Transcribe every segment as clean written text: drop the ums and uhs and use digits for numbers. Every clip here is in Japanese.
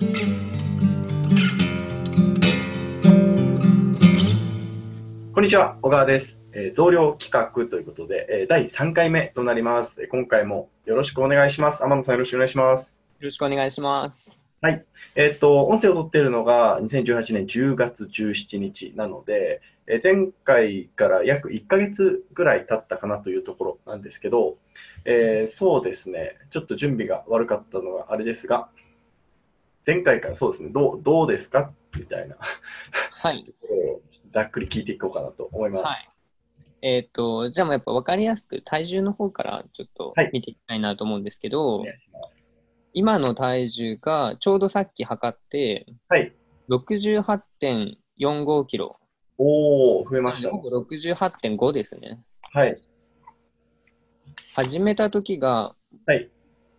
こんにちは、小川です。増量企画ということで、第3回目となります。今回もよろしくお願いします。天野さんよろしくお願いします。 よろしくお願いします。 はい。音声を取っているのが2018年10月17日なので、前回から約1ヶ月ぐらい経ったかなというところなんですけど、そうですね、ちょっと準備が悪かったのがあれですが、前回からそうですね、どうですかみたいな、 はい。 ざっくり聞いていこうかなと思います。 はい。じゃあもうやっぱ分かりやすく体重の方からちょっとはい。 見ていきたいなと思うんですけお願ど、 いします。 今の体重がちょうどさっき測ってはい。 68.45キロ。 おー、増えましたね。 なのでほぼ68.5ですね。 はい。 始めた時がはい。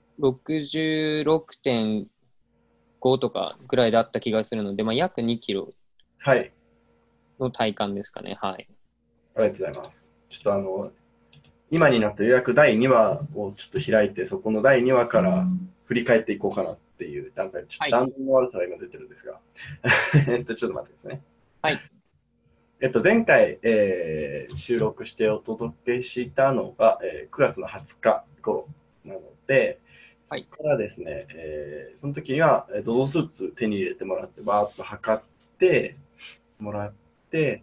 66.5とかぐらいだった気がするので、まあ、約2キロはい。 の体感ですかね。はい。 ありがとうございます。ちょっと今になってようやく第2話をちょっと開いて、そこの第2話から振り返っていこうかなっていう段階で、ちょっとはい。 段取りの悪さが今出てるんですが、ちょっと待ってくださいね。 はい。 前回、収録してお届けしたのが、9月の20日頃なので、 はい。 そこからですね、その時には ZOZO スーツ手に入れてもらって、バーッと測ってもらって、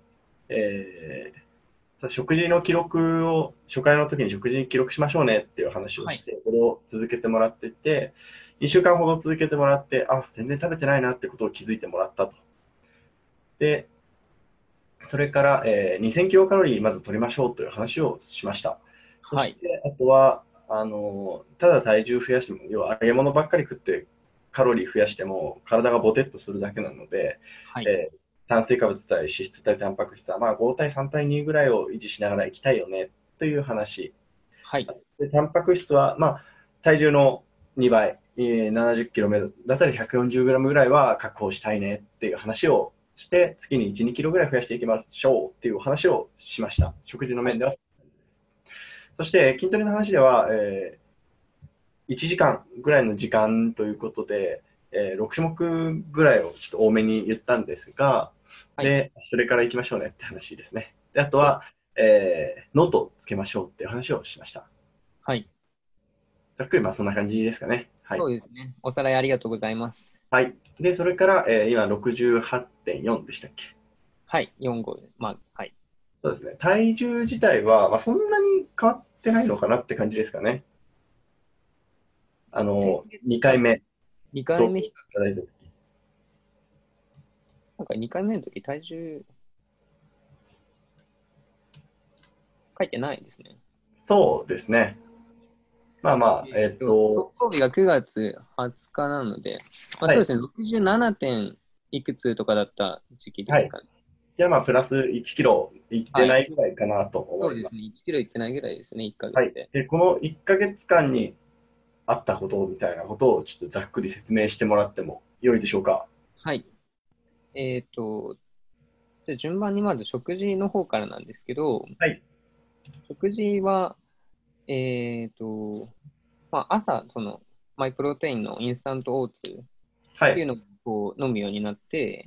え食事の記録を、初回の時に食事に記録しましょうねっていう話をはい。 して、これを続けてもらってて、2週間ほど続けてもらって、あ、全然食べてないなってことを気づいてもらったと。で、それから、2000キロカロリーまず取りましょうという話をしました。そはい。 して、あとは、ただ体重増やしても、要は揚げ物ばっかり食ってカロリー増やしても体がボテッとするだけなので、 はい。 え炭水化物対脂質対タンパク質はまあ5対3対2ぐらいを維持しながらいきたいよねという話。 はい。 でタンパク質は、まあ、体重の2倍、70キロ目だったら140グラムぐらいは確保したいねっていう話をして、月に1、2キロぐらい増やしていきましょうっていう話をしました。食事のはい。 面では。そして筋トレの話では、1時間ぐらいの時間ということで、6種目ぐらいをちょっと多めに言ったんですが、 はい。 で、それから行きましょうねって話ですね。で、あとそう。 は、ノートをつけましょうっていう話をしました。 はい。 ざっくりまあそんな感じですかね。はい。 そうですね。おさらいありがとうございます。 はい。で、それから、今68.4でしたっけ？ はい、4号で。まあ、はい。 そうですね。体重自体は、まあ、そんなに変わってないのかなって感じですかね。 先月 2 から回目 2回と目、 いただいた時。 なんか2回目の時体重書いてないですね。 そうですね。まあまあ、 投稿日が9月20日なので、まあはい。 そうですね、67点いくつとかだった時期ではい。 すかね。 じゃあまあ、プラス1キロいってはい。 ないぐらいかなと思います。 そうですね、1キロいってないぐらいですね、1ヶはい。 月で。 で、この1ヶ月間にあったことみたいなことをちょっとざっくり説明してもらっても良いでしょうか。 はい。えっと、じゃあ順番にまず食事の方からなんですけど、 はい。 食事は、えっと、まあ、朝、マイプロテインのインスタントオーツっていうはい。 のをこう飲むようになって、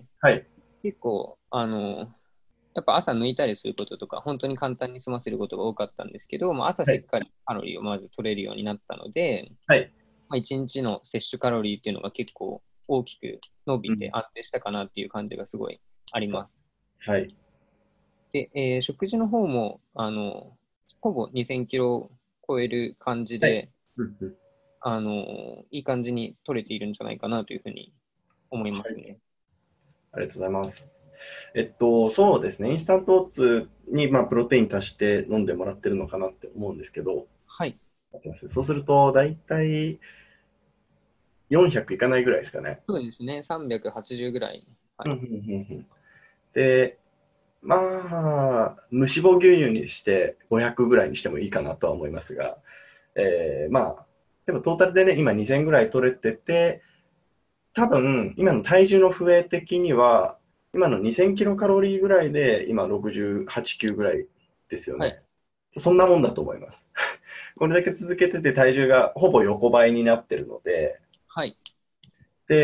はい。 結構、やっぱ朝抜いたりすることとか、本当に簡単に済ませることが多かったんですけど、まあ、朝はい。 しっかりカロリーをまず取れるようになったので、 はい。 まあ、1日の摂取カロリーっていうのが結構大きく伸びてうん。 安定したかなっていう感じがすごいあります。 はい。 で、食事の方も、ほぼ2000キロを超える感じはい。 で、 うんうん。 いい感じに取れているんじゃないかなというふうに思いまはい。 すね。 ありがとうございます。そうですね。インスタントオーツに、まあ、プロテイン足して飲んでもらってるのかなって思うんですけど、 はい。 そうすると、だいたい400いかないぐらいですかね。 そうですね。380ぐらい。はい。 うんうんうんうん。で、まあ、無脂肪牛乳にして500ぐらいにしてもいいかなとは思いますが、まあ、でもトータルでね、今2000ぐらい取れてて、多分、今の体重の増え的には、今の2000キロカロリーぐらいで、今68、9ぐらいですよはい。 ね。そんなもんだと思います。これだけ続けてて体重がほぼ横ばいになってるので、 はい。 で、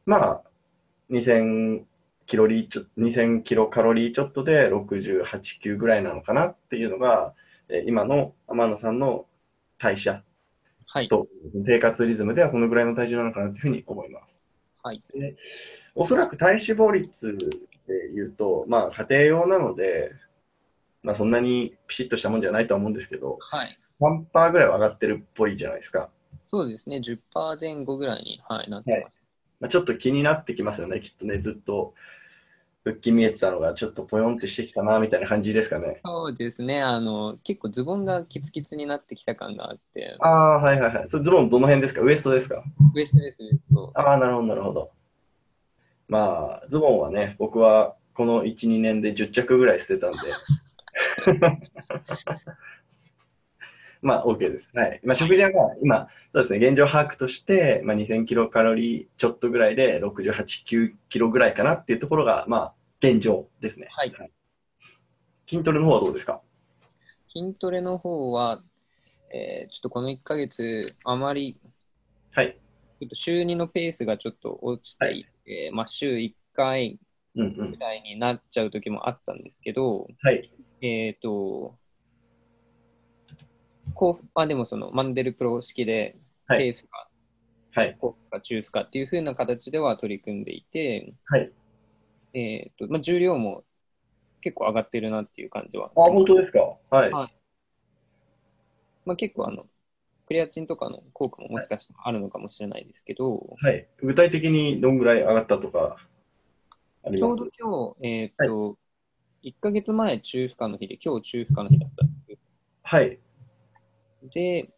まあ、2000キロ2000キロカロリーちょっとで68、9ぐらいなのかなっていうのが、今の天野さんの代謝はい。 と生活リズムではそのぐらいの体重なのかなというふうに思います。 はい。 でおそらく体脂肪率で言うと、まあ家庭用なので、まあそんなにピシッとしたもんじゃないとは思うんですけど、 はい。 3%ぐらいは上がってるっぽいじゃないですか。 そうですね。10%前後ぐらいに、はい、なっはい。 てます。 まあ、ちょっと気になってきますよね、きっとね、ずっと腹筋見えてたのがちょっとポヨンってしてきたな、みたいな感じですかね。 そうですね。結構ズボンがキツキツになってきた感があって、 ああ、はいはいはい。それズボンどの辺ですか？ウエストですか？ ウエストです、ウエスト。 ああ、なるほど、なるほど。まあ、ズボンはね、僕はこの1、2年で10着ぐらい捨てたんで、まあ、OK です。はい。まあ、 はい。 食事はまあ、今、そうですね、現状把握として、まあ、2000キロカロリーちょっとぐらいで、68、9キロぐらいかなっていうところが、まあ、現状ですね。 はい。 はい、筋トレの方はどうですか？ 筋トレの方は、ちょっとこの1ヶ月、あまり、 はい。 ちょっと週2のペースがちょっと落ちはい。 ていて、まあ、週1回うんうん。 ぐらいになっちゃう時もあったんですけど、 はい。 えっと、でもそのマンデルプロ式ではい。 ペースがはい。 高負荷、中負荷っていう風な形では取り組んでいて、 はい。 まあ、重量も結構上がってるなっていう感じはあ、 します。 本当ですか？はい。 はい。まあ、結構クレアチンとかの効果ももしかしたらあるのかもしれないですけど、 はい。具体的にどんぐらい上がったとかありちょうます？ ど今日、 はい。 1ヶ月前中負荷の日で、今日中負荷の日だったんですよ。 はい。 で、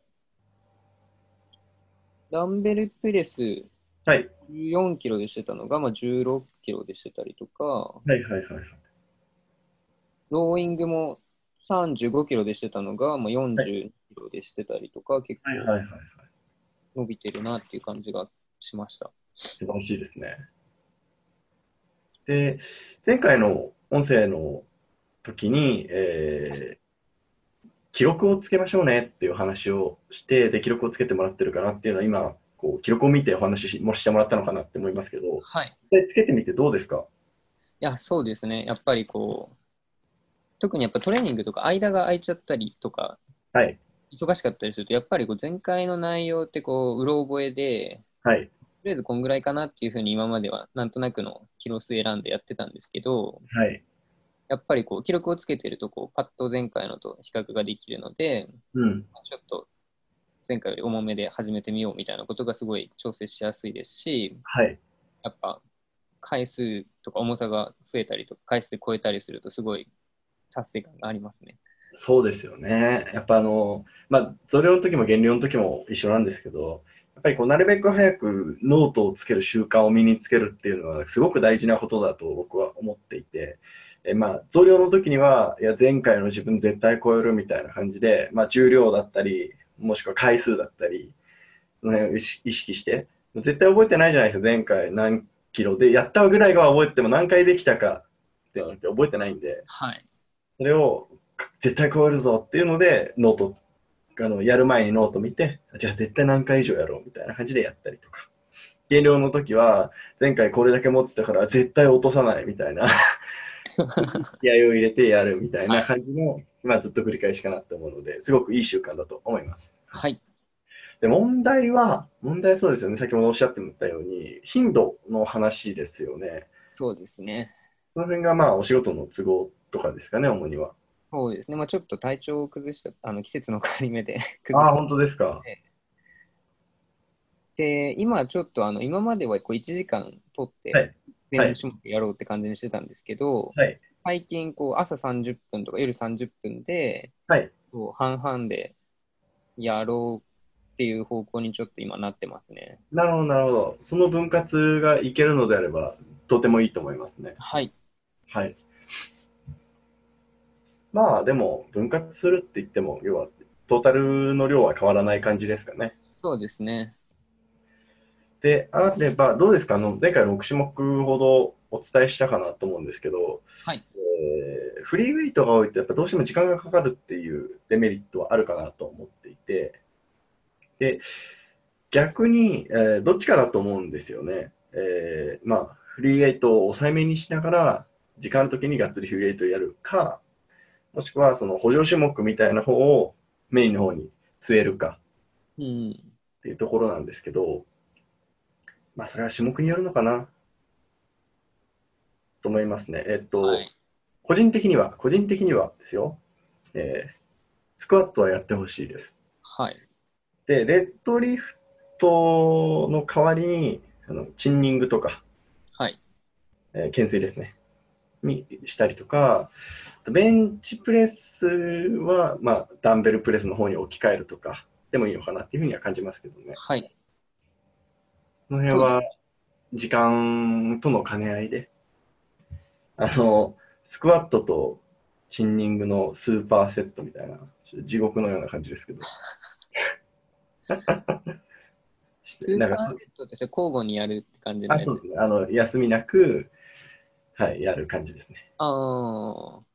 ダンベルプレスはい。 14キロでしてたのが、まあ、16キロでしてたりとか、 はい。はい。はい。 ローイングも35キロでしてたのが、まあ、 はい。 42キロでしてたりとか、結はい。 構はい。はい。 伸びてるなっていう感じがしました。 素晴らしいですね。で、前回の音声の時に、記録をつけましょうねっていう話をして、で、記録をつけてもらってるかなっていうのは今、こう、記録を見てお話もしてもらったのかなって思いますけど、 はい。 でつけてみてどうですか？ いや、そうですね。やっぱり特にやっぱトレーニングとか間が空いちゃったりとか、 はい。 忙しかったりすると、やっぱり前回の内容ってうろ覚えで、 はい。 とりあえずこんぐらいかなっていうふうに今まではなんとなくのキロ数選んでやってたんですけど、 はい。 やっぱり記録をつけてるとパッと前回のと比較ができるので、 うん。 ちょっと前回より重めで始めてみようみたいなことがすごい調整しやすいですし、 はい。 やっぱ回数とか重さが増えたりとか、回数で超えたりするとすごい達成感がありますね。 そうですよね。やっぱまあ、増量の時も減量の時も一緒なんですけど、やっぱりこう、なるべく早くノートをつける習慣を身につけるっていうのはすごく大事なことだと僕は思っていて、まあ、増量の時には、いや、前回の自分絶対超えるみたいな感じで、まあ、重量だったり、もしくは回数だったり、その辺を意識して、絶対覚えてないじゃないですか、前回何キロで、やったぐらいが覚えても何回できたかっていうのって覚えてないんで、 はい。 それを絶対超えるぞっていうので、ノート、やる前にノート見て、じゃあ絶対何回以上やろうみたいな感じでやったりとか。減量の時は、前回これだけ持ってたから絶対落とさないみたいな気合を入れてやるみたいなはい。 感じの、まあずっと繰り返しかなって思うので、すごくいい習慣だと思います。 はい。 で、問題はそうですよね。先ほどおっしゃってもらったように、頻度の話ですよね。 そうですね。 その辺がまあお仕事の都合とかですかね、主には。 そうですね。まあ、ちょっと体調を崩した、季節の変わり目で崩ああ、 しちゃっ本当ですか。 て、で、今ちょっと今までは1時間取ってはい。はい。 全種目やろうって感じにしてたんですけど、 はい。 最近朝30分とか夜30分で、 はい。 半々でやろうっていう方向にちょっと今なってますね。 なるほど、なるほど。その分割がいけるのであれば、とてもいいと思いますね。 はい。 はい。まあ、でも、分割するって言っても、要は、トータルの量は変わらない感じですかね。 そうですね。 で、あれば、どうですか？前回6種目ほどお伝えしたかなと思うんですけど、 はい。 フリーウェイトが多いと、やっぱどうしても時間がかかるっていうデメリットはあるかなと思っていて、で、逆に、どっちかだと思うんですよね。 まあ、フリーウェイトを抑えめにしながら、時間の時にがっつりフリーウェイトをやるか、もしくはその補助種目みたいな方をメインの方に据えるかうん。 っていうところなんですけど、まあ、それは種目によるのかなと思いますね。 はい。 個人的にはですよ、スクワットはやってほしいです。 はい。 で、デッドリフトの代わりに、チンニングとか、 はい。 懸垂ですね、にしたりとか、ベンチプレスは、まあ、ダンベルプレスの方に置き換えるとか、でもいいのかなっていうふうには感じますけどね。 はい。 この辺はそうです。 時間との兼ね合いで、あの、スクワットとチンニングのスーパーセットみたいな、地獄のような感じですけど、 スーなんか、 パーセットってそれ交互にやるって感じのあ、 やつ。 そうですね。休みなく、はい、やる感じですね。 ああ。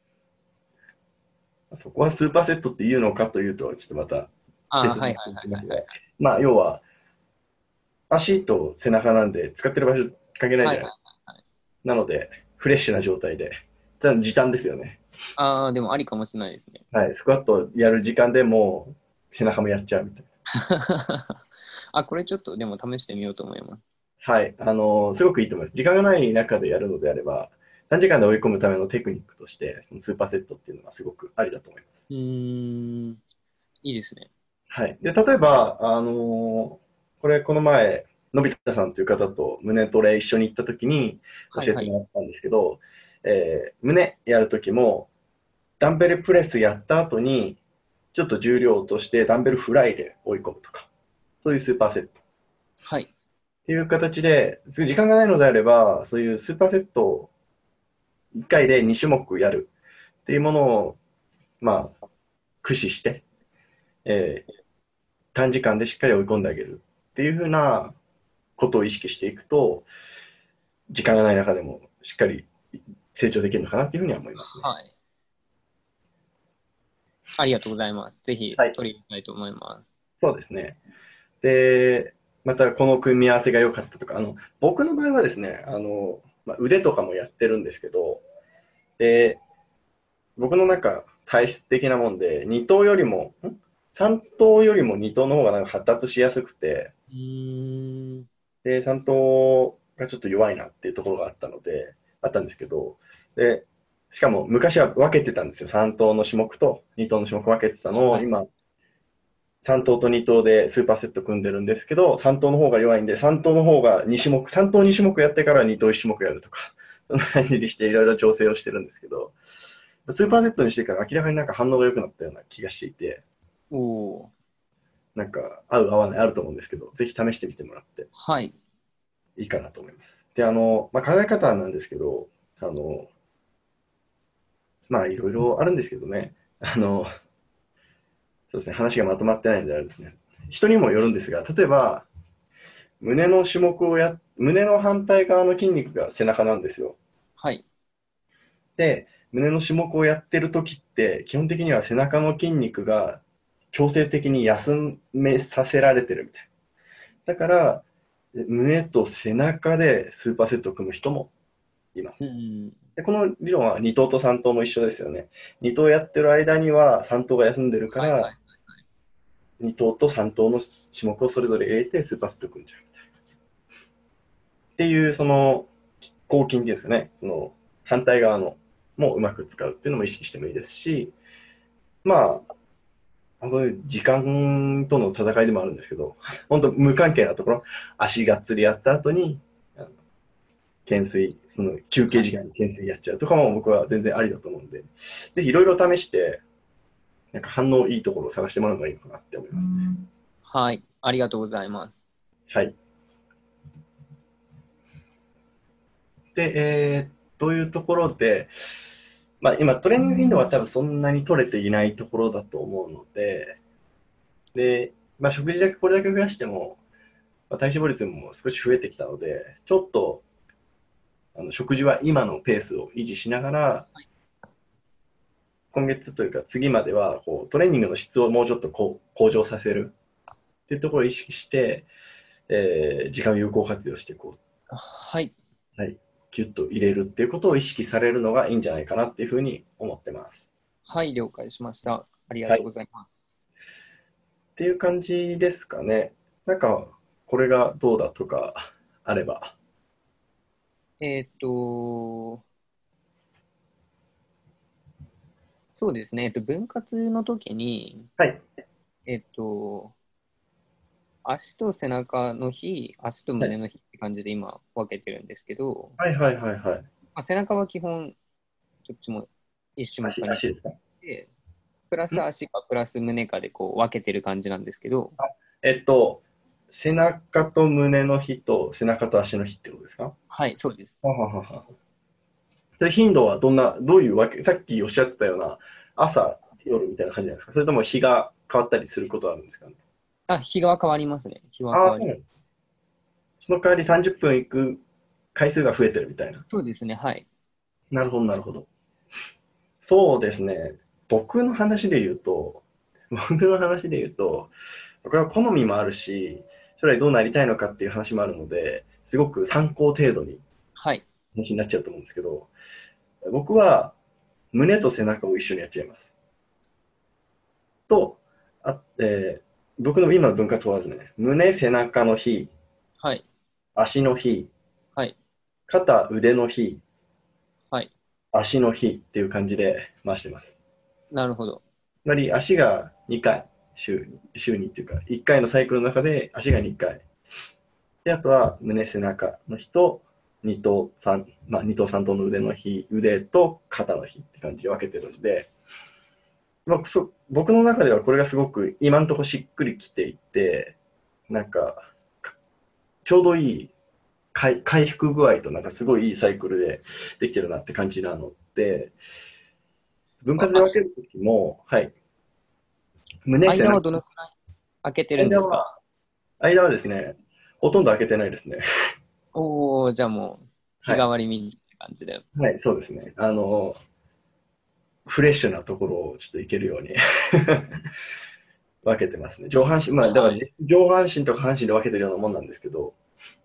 そこはスーパーセットっていうのかというと、ちょっとまたああ、 別にはいはいはいますが、 はいはい。 まあ、要は、足と背中なんで、使ってる場所関係ないはいはいじゃない。 はい。 なので、フレッシュな状態で、ただ時短ですよね。 ああ、でもありかもしれないですね。 はい、スクワットやる時間でもう背中もやっちゃうみたいあ、これちょっとでも試してみようと思います。 な。はい、すごくいいと思います。時間がない中でやるのであれば、短時間で追い込むためのテクニックとして、そのスーパーセットっていうのはすごくありだと思います。 うーん、いいですね。 はい。で、例えば、これ、この前、のび太さんという方と胸トレ一緒に行った時に教えてはいはい。 もらったんですけど、胸やるときも、ダンベルプレスやった後に、ちょっと重量を落としてダンベルフライで追い込むとか、そういうスーパーセット。 はい。 っていう形で、時間がないのであれば、そういうスーパーセットを1回で2種目やるっていうものを、まあ、駆使して、短時間でしっかり追い込んであげるっていうふうなことを意識していくと、時間がない中でもしっかり成長できるのかなっていうふうには思いますね。 はい。ありがとうございます。ぜひはい。 取り入れたいと思います。 そうですね。で、またこの組み合わせが良かったとか、僕の場合はですね、まあ、腕とかもやってるんですけど、で、僕の中、体質的なもんで、2頭よりも、3頭よりも2頭の方がなんか発達しやすくて、 うーん。 で、3頭がちょっと弱いなっていうところがあったので、あったんですけど、で、しかも昔は分けてたんですよ。3頭の種目と2頭の種目分けてたのを、 はいはい。 今、3頭と2頭でスーパーセット組んでるんですけど、3頭の方が弱いんで、3頭の方が2種目、3頭2種目やってから2頭1種目やるとか、そんな感じにしていろいろ調整をしてるんですけど、スーパーセットにしてから明らかになんか反応が良くなったような気がしていて、 おお。 なんか合う合わないあると思うんですけど、ぜひ試してみてもらってはい。 いいかなと思います。で、まあ、考え方なんですけど、あの、まあ、いろいろあるんですけどね、そうですね、話がまとまってないのであれですね、人にもよるんですが、例えば、胸の反対側の筋肉が背中なんですよ。 はい。 で、胸の種目をやってる時って、基本的には背中の筋肉が強制的に休めさせられてるみたいな。だから、胸と背中でスーパーセットを組む人もいます。 うん。 で、この理論は2頭と3頭も一緒ですよね。2頭やってる間には3頭が休んでるから、 はいはい。 2頭と3頭の種目をそれぞれ入れてスーパーセットを組んじゃう。っていう、その、抗筋っていうんですかね、その、反対側のもうまく使うっていうのも意識してもいいですし、まあ、本当に時間との戦いでもあるんですけど、本当無関係なところ、足がっつりやった後に、懸垂、その休憩時間に懸垂やっちゃうとかも僕は全然ありだと思うんで、ぜひいろいろ試して、なんか反応いいところを探してもらうのがいいのかなって思いますね。 はい。ありがとうございます。 はい。で、というところで、まあ、今トレーニング頻度は多分そんなに取れていないところだと思うので、で、まあ、食事だけこれだけ増やしても、まあ、体脂肪率も少し増えてきたので、ちょっと食事は今のペースを維持しながら、今月というか次まではこうトレーニングの質をもうちょっと向上させるっていうところを意識して、時間を有効活用していこうはい。 はい、ギュッと入れるっていうことを意識されるのがいいんじゃないかなっていうふうに思ってます。 はい、了解しました。ありがはい。 とうございます。 っていう感じですかね。なんか、これがどうだとかあれば。 えっと、そうですね。分割の時に、 はい。 えっと、足と背中の日、足とはい。 胸の日って感じで今分けてるんですけど、 はいはいはいはい。 まあ、背中は基本どっちも1種目か2種足ですか？ 目で、プラス足かプラス胸かでこう分けてる感じなんですけど、 えっと、背中と胸の日と背中と足の日ってことですか？ はい、そうです。 はははは。で、頻度はどういうわけ、さっきおっしゃってたような朝、夜みたいな感じなんですか？それとも日が変わったりすることあるんですかね？ あ、日は変わりますね。日はああ、 変わり。 そうなんです。その代わり30分行く回数が増えてるみたいな。 そうですね、はい。 なるほど、なるほど。そうですね。僕の話で言うと、僕の話で言うと、僕は好みもあるし、将来どうなりたいのかっていう話もあるので、すごく参考程度にはい。 話になっちゃうと思うんですけど、僕は胸と背中を一緒にやっちゃいます。と、僕の今の分割はですね、胸、背中の日、 はい。 足の日、 はい。 肩、腕の日、 はい。 足の日っていう感じで回してます。 なるほど。 つまり足が2回、週にっていうか、1回のサイクルの中で足が2回。で、あとは胸、背中の日と、2頭3、まあ2頭3頭の腕の日、腕と肩の日って感じで分けてるんで、僕の中ではこれがすごく今んとこしっくりきていて、なんか、ちょうどいい回復具合となんかすごいいいサイクルでできてるなって感じなので、分割で分けるときも、はい、胸、背中、 間はどのくらい開けてるんですか？ 間は、間はですね、ほとんど開けてないですね。 おー、じゃあもう、日はい。 替わりみたいな感じで。 はい、そうですね。フレッシュなところをちょっといけるように分けてますね。上半身、まあ、だからはい。 上半身と下半身で分けてるようなもんなんですけど、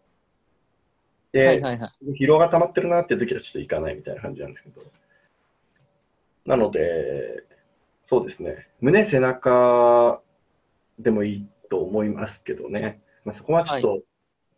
で、 はいはいはい。 疲労が溜まってるなっていう時はちょっといかないみたいな感じなんですけど。なので、そうですね。胸、背中でもいいと思いますけどね。まあ、そこはちょっはい。 と、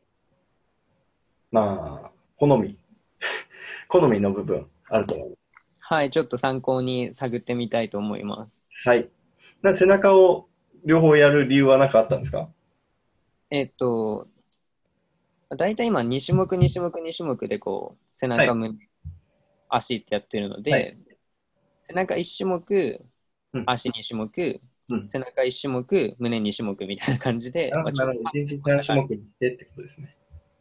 まあ、好みの部分あると思います。 はい、ちょっと参考に探ってみたいと思います。 はい。背中を両方やる理由は何かあったんですか？ えっと、だいたい今2種目、2種目、2種目でこう、背中、 はい。 胸、足ってやってるのはい。 で、背中1種目、 うん。 足2種目、 うん。 背中1種目、胸2種目みたいな感じで、まあ、ちょっとなるほど。一日3 した感じ。 種目にしてってことですね。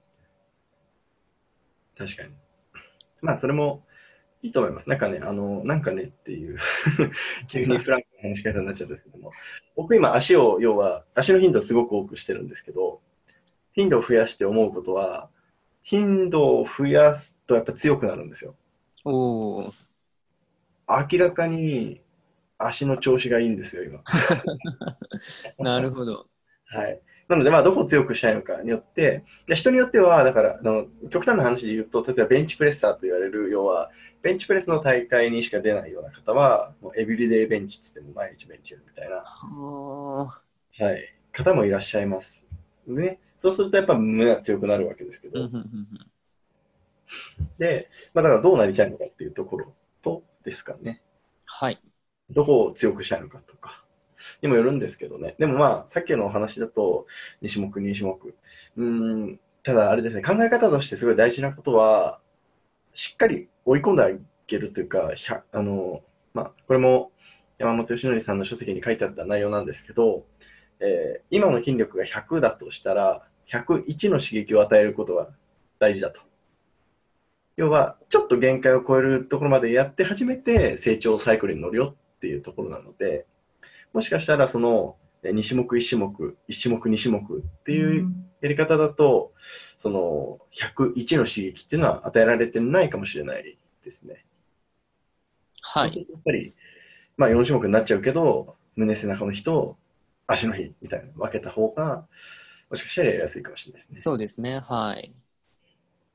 確かに。まあ、それもいいと思います。なんかね、なんかねっていう急にフランクな話し方になっちゃうんですけども、僕今要は、足の頻度をすごく多くしてるんですけど、頻度を増やして思うことは、頻度を増やすとやっぱ強くなるんですよ。 おー、 明らかに足の調子がいいんですよ、今。 なるほど。 はい。なので、まあ、どこを強くしたいのかによって、人によっては、だから、極端な話で言うと、例えばベンチプレッサーと言われる、要は、ベンチプレスの大会にしか出ないような方は、もうエビリデイベンチっつっても毎日ベンチやるみたいな、 はあ、 はい、方もいらっしゃいます。ね。そうするとやっぱ胸が強くなるわけですけど、 うんうんうんうん。 で、まあ、だからどうなりたいのかっていうところとですかね。 はい。 どこを強くしたいのかとか、にもよるんですけどね。でもまあ、さっきのお話だと、2種目、2種目。ただあれですね、考え方としてすごい大事なことは、しっかり追い込んであげるというか、まあ、これも山本由伸さんの書籍に書いてあった内容なんですけど、今の筋力が100だとしたら、101の刺激を与えることが大事だと。要は、ちょっと限界を超えるところまでやって初めて成長サイクルに乗るよっていうところなので、もしかしたらその2種目1種目、1種目2種目っていうやり方だと、その101の刺激っていうのは与えられてないかもしれないですね。 はい。 そうするとやっぱり、まあ4種目になっちゃうけど、胸背中の日と足の日みたいな分けた方が、もしかしたらやりやすいかもしれないですね。 そうですね。はい。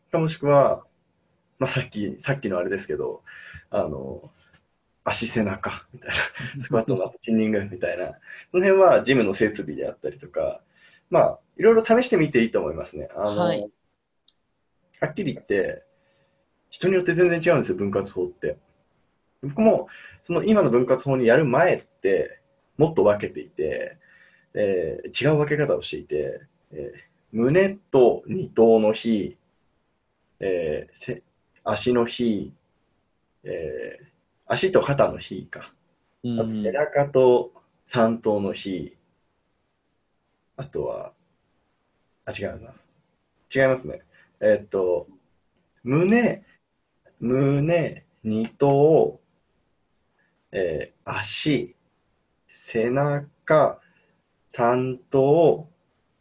かもしくは、まあ、さっきのあれですけど、あの、足背中みたいな、スクワットのチンニングみたいな、その辺はジムの設備であったりとか、まあ、いろいろ試してみていいと思いますね。 はい。 はっきり言って、人によって全然違うんですよ、分割法って。僕も、その今の分割法にやる前って、もっと分けていて、違う分け方をしていて、胸と二頭の日、足の日、え足と肩の日か。 うあと背ん。 中と三頭の日、あとは、違うな。違いますね。えーっと、胸、二頭、足、背中、三頭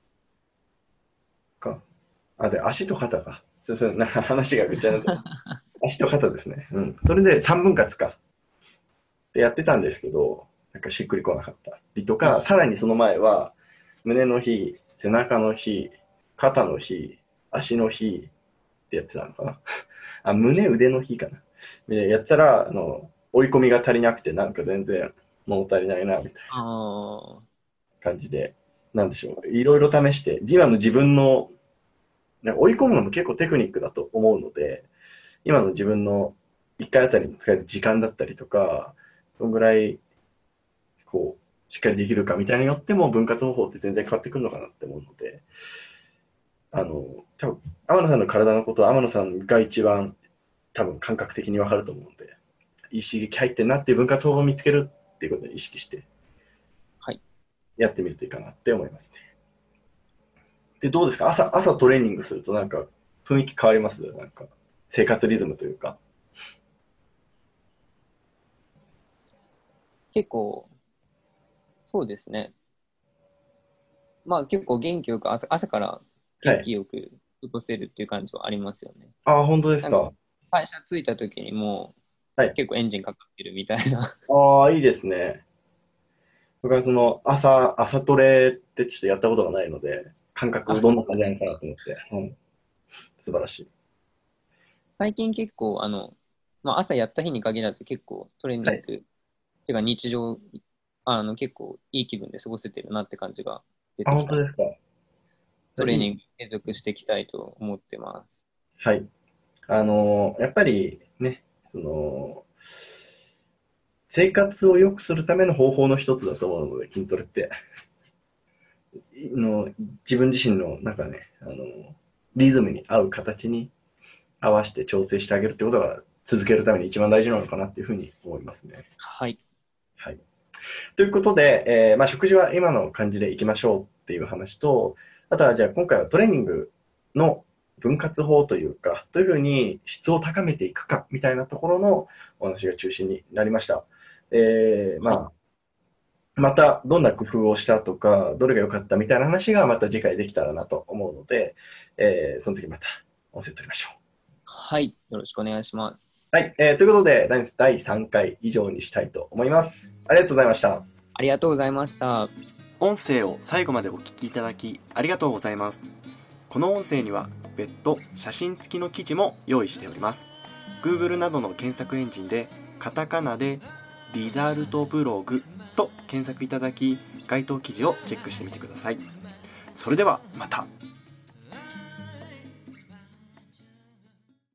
か。あ、で、足と肩か。すいません、なんか話がぐちゃになって。足と肩ですね。うん。それで3分割か。でやってたんですけど、なんかしっくりこなかったりとか、さらにその前は、胸の日、背中の日、肩の日、足の日ってやってたのかな。あ、胸、腕の日かな。で、やったら、追い込みが足りなくて、なんか全然物足りないな、みたいなああ、 感じで、なんでしょう。いろいろ試して、今の自分の、追い込むのも結構テクニックだと思うので、今の自分の1回あたりに使える時間だったりとか、どんぐらいこう、しっかりできるかみたいによっても分割方法って全然変わってくるのかなって思うので、多分、天野さんの体のことは天野さんが一番多分感覚的にわかると思うので、いい刺激入ってんなっていう分割方法を見つけるっていうことを意識してはい。 やってみるといいかなって思いますね。で、どうですか朝トレーニングするとなんか雰囲気変わりますなんか生活リズムというか。 結構、そうですね。まあ結構元気よく朝から元はい。 気よく過ごせるっていう感じはありますよね。 ああ、本当ですなんかか。 会社着いた時にもうはい。 結構エンジンかかってるみたいな。 ああ、いいですね。僕はその朝トレってちょっとやったことがないので、感あ、 覚どんな感じなのそうですか。 かなと思って、うん、素晴らしい。 最近結構まあ朝やった日に限らず結構トレーはい。 ニング、てか日常、結構いい気分で過ごせてるなって感じが出あ、 てきたので、 本当ですか。いい。 トレーニング継続していきたいと思ってます。 はい。やっぱりね、その、生活を良くするための方法の一つだと思うので、筋トレって。の自分自身のなんかね、リズムに合う形に合わせて調整してあげるってことが続けるために一番大事なのかなっていうふうに思いますね。 はい。 はい。ということで、まあ、食事は今の感じでいきましょうっていう話と、あとはじゃあ今回はトレーニングの分割法というか、どういうふうに質を高めていくかみたいなところのお話が中心になりました。 はい。 まあ、またどんな工夫をしたとか、どれが良かったみたいな話がまた次回できたらなと思うので、その時また音声取りましょう。 はい。よろしくお願いします。 はい、ということで、第3回以上にしたいと思います。ありがとうございました。 ありがとうございました。 音声を最後までお聞きいただきありがとうございます。この音声には別途写真付きの記事も用意しております。 Google などの検索エンジンでカタカナでリザルトブログと検索いただき、該当記事をチェックしてみてください。それではまた。